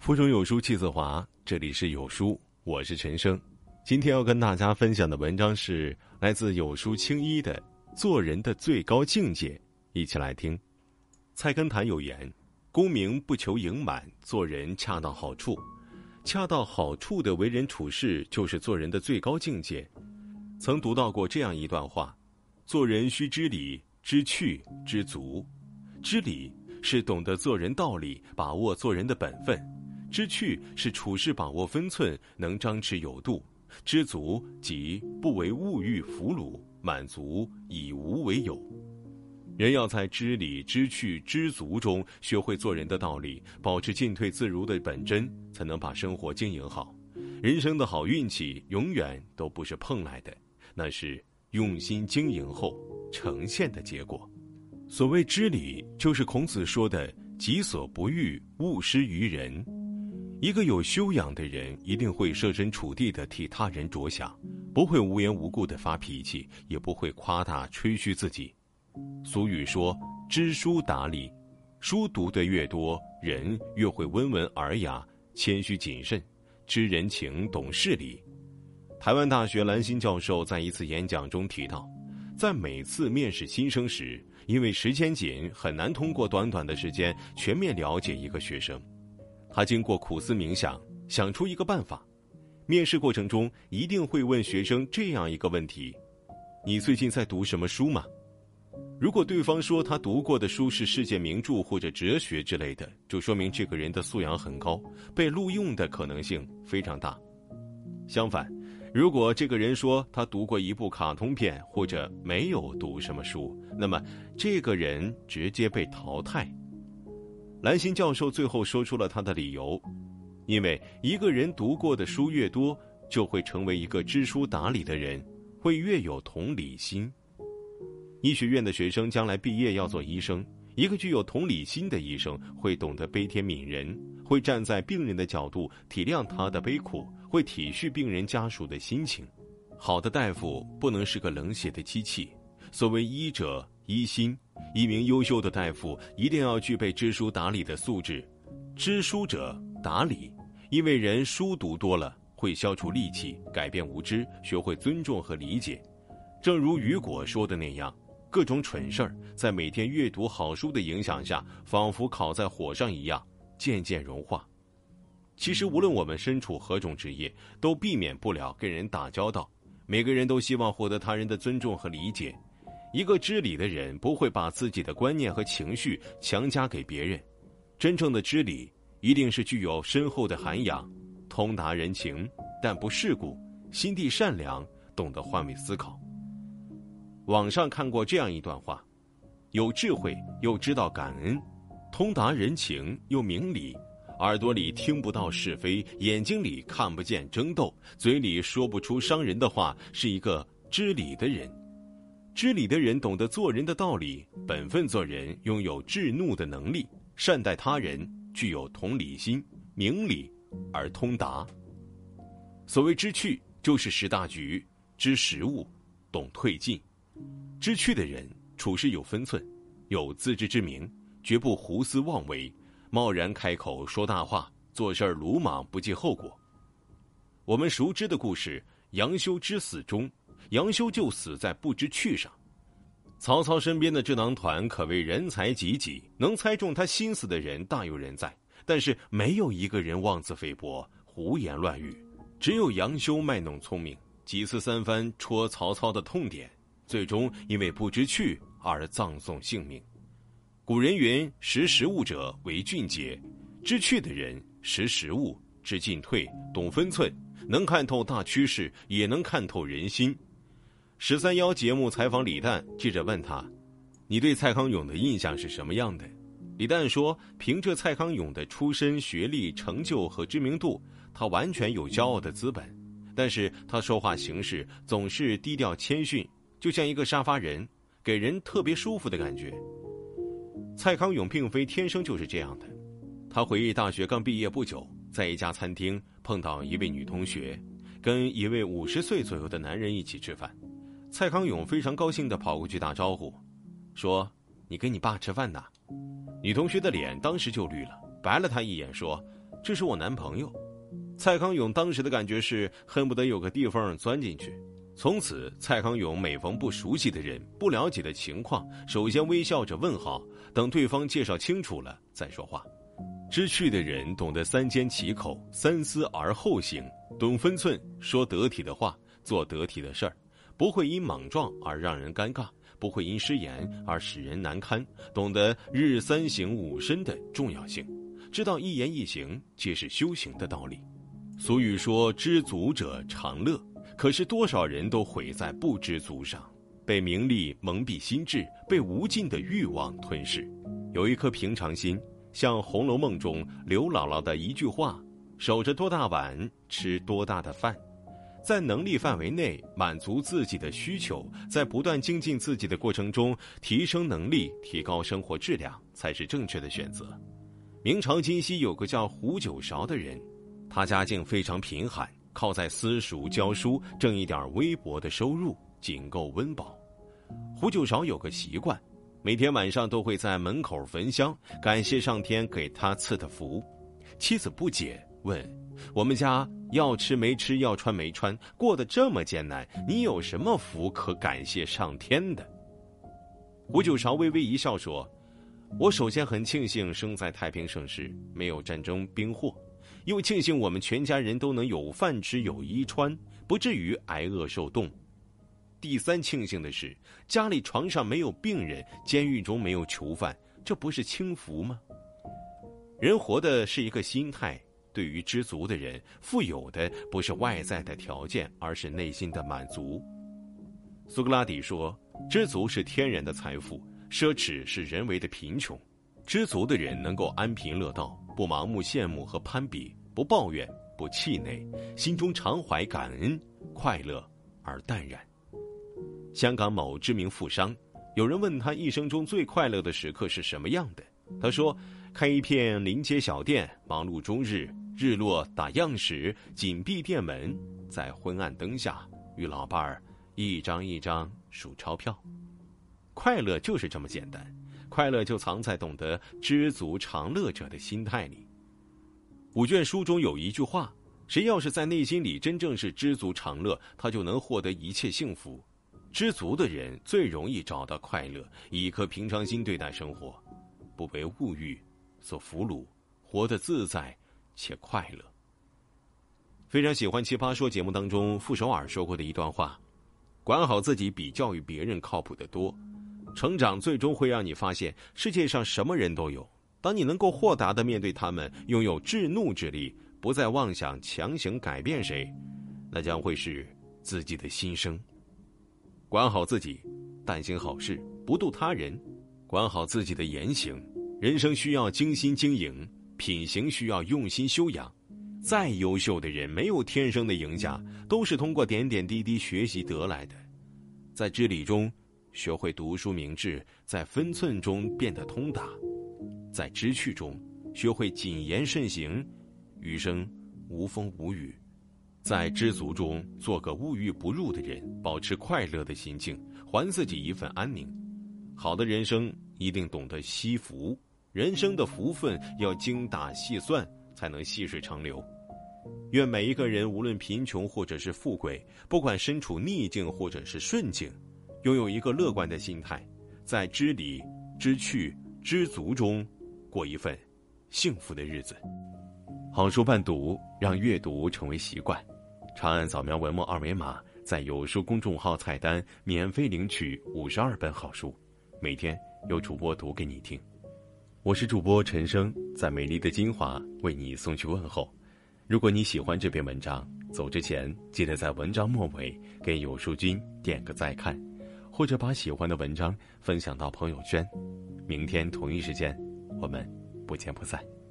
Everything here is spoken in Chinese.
腹中有书气自华，这里是有书，我是陈生。今天要跟大家分享的文章是来自有书青衣的做人的最高境界，一起来听。菜根谭有言，功名不求盈满，做人恰到好处。恰到好处的为人处事就是做人的最高境界。曾读到过这样一段话，做人须知理，知趣，知足。知理是懂得做人道理，把握做人的本分；知趣是处事把握分寸，能张弛有度；知足即不为物欲俘虏，满足以无为有。人要在知理、知趣、知足中学会做人的道理，保持进退自如的本真，才能把生活经营好。人生的好运气永远都不是碰来的，那是用心经营后呈现的结果。所谓知理，就是孔子说的己所不欲，勿施于人。一个有修养的人一定会设身处地地替他人着想，不会无缘无故地发脾气，也不会夸大吹嘘自己。俗语说知书达理，书读得越多，人越会温文尔雅，谦虚谨慎，知人情，懂事理。台湾大学蓝新教授在一次演讲中提到，在每次面试新生时，因为时间紧，很难通过短短的时间全面了解一个学生。他经过苦思冥想，想出一个办法。面试过程中一定会问学生这样一个问题：你最近在读什么书吗？如果对方说他读过的书是世界名著或者哲学之类的，就说明这个人的素养很高，被录用的可能性非常大。相反，如果这个人说他读过一部卡通片或者没有读什么书，那么这个人直接被淘汰。蓝新教授最后说出了他的理由，因为一个人读过的书越多，就会成为一个知书达理的人，会越有同理心。医学院的学生将来毕业要做医生，一个具有同理心的医生会懂得悲天悯人，会站在病人的角度体谅他的悲苦，会体恤病人家属的心情。好的大夫不能是个冷血的机器，所谓医者医心，一名优秀的大夫一定要具备知书达理的素质。知书者达理，因为人书读多了会消除戾气，改变无知，学会尊重和理解。正如雨果说的那样，各种蠢事儿在每天阅读好书的影响下，仿佛烤在火上一样，渐渐融化。其实无论我们身处何种职业，都避免不了跟人打交道，每个人都希望获得他人的尊重和理解。一个知理的人不会把自己的观念和情绪强加给别人，真正的知理一定是具有深厚的涵养，通达人情，但不世故，心地善良，懂得换位思考。网上看过这样一段话：有智慧又知道感恩，通达人情又明理，耳朵里听不到是非，眼睛里看不见争斗，嘴里说不出伤人的话，是一个知理的人。知理的人懂得做人的道理，本分做人，拥有制怒的能力，善待他人，具有同理心，明理而通达。所谓知趣，就是识大局，知时务，懂退进。知趣的人处事有分寸，有自知之明，绝不胡思妄为，贸然开口说大话，做事鲁莽不计后果。我们熟知的故事杨修之死中，杨修就死在不知趣上。曹操身边的智囊团可谓人才济济，能猜中他心思的人大有人在，但是没有一个人妄自菲薄，胡言乱语。只有杨修卖弄聪明，几次三番戳曹操的痛点，最终因为不知趣而葬送性命。古人云，识时务者为俊杰，知趣的人识时务，知进退，懂分寸，能看透大趋势，也能看透人心。13节目采访李诞，记者问他，你对蔡康永的印象是什么样的？李诞说，凭着蔡康永的出身、学历、成就和知名度，他完全有骄傲的资本，但是他说话行事总是低调谦逊，就像一个沙发人，给人特别舒服的感觉。蔡康永并非天生就是这样的。他回忆大学刚毕业不久，在一家餐厅碰到一位女同学，跟一位50岁左右的男人一起吃饭。蔡康永非常高兴地跑过去打招呼，说，你跟你爸吃饭呢？女同学的脸当时就绿了，白了他一眼说， 这是我男朋友。蔡康永当时的感觉是恨不得有个地缝钻进去。从此，蔡康永每逢不熟悉的人、不了解的情况，首先微笑着问好，等对方介绍清楚了再说话。知趣的人懂得三缄其口，三思而后行，懂分寸，说得体的话，做得体的事儿，不会因莽撞而让人尴尬，不会因失言而使人难堪，懂得日三省吾身的重要性，知道一言一行皆是修行的道理。俗语说知足者常乐，可是多少人都毁在不知足上，被名利蒙蔽心智，被无尽的欲望吞噬。有一颗平常心，像《红楼梦》中刘姥姥的一句话，守着多大碗，吃多大的饭。在能力范围内满足自己的需求，在不断精进自己的过程中提升能力，提高生活质量，才是正确的选择。明朝今夕有个叫胡九韶的人，他家境非常贫寒，靠在私塾教书挣一点微薄的收入，仅够温饱。胡九韶有个习惯，每天晚上都会在门口焚香，感谢上天给他赐的福。妻子不解，问：我们家要吃没吃，要穿没穿，过得这么艰难，你有什么福可感谢上天的？胡九韶微微一笑说：我首先很庆幸生在太平盛世，没有战争兵祸，又庆幸我们全家人都能有饭吃有衣穿，不至于挨饿受冻。第三庆幸的是，家里床上没有病人，监狱中没有囚犯，这不是轻福吗？人活的是一个心态，对于知足的人，富有的不是外在的条件，而是内心的满足。苏格拉底说，知足是天然的财富，奢侈是人为的贫穷。知足的人能够安贫乐道，不盲目羡慕和攀比，不抱怨，不气馁，心中常怀感恩，快乐而淡然。香港某知名富商，有人问他一生中最快乐的时刻是什么样的，他说，开一片临街小店，忙碌终日，日落打烊时紧闭店门，在昏暗灯下与老伴儿一张一张数钞票。快乐就是这么简单，快乐就藏在懂得知足常乐者的心态里。五卷书中有一句话，谁要是在内心里真正是知足常乐，他就能获得一切幸福。知足的人最容易找到快乐，以一颗平常心对待生活，不为物欲所俘虏，活得自在且快乐。非常喜欢《奇葩说》节目当中傅首尔说过的一段话，管好自己比教育别人靠谱得多。成长最终会让你发现世界上什么人都有，当你能够豁达地面对他们，拥有制怒之力，不再妄想强行改变谁，那将会是自己的心声。管好自己，但行好事，不妒他人，管好自己的言行。人生需要精心经营，品行需要用心修养。再优秀的人没有天生的赢家，都是通过点点滴滴学习得来的。在知理中学会读书明智，在分寸中变得通达，在知趣中学会谨言慎行，余生无风无雨。在知足中做个物欲不入的人，保持快乐的心境，还自己一份安宁。好的人生一定懂得惜福，人生的福分要精打细算，才能细水长流。愿每一个人无论贫穷或者是富贵，不管身处逆境或者是顺境，拥有一个乐观的心态，在知理、知趣、知足中过一份幸福的日子。好书伴读，让阅读成为习惯。长按扫描文末二维码，在有书公众号菜单免费领取52本好书，每天有主播读给你听。我是主播陈生，在美丽的金华为你送去问候。如果你喜欢这篇文章，走之前记得在文章末尾给有书君点个再看，或者把喜欢的文章分享到朋友圈。明天同一时间，我们不见不散。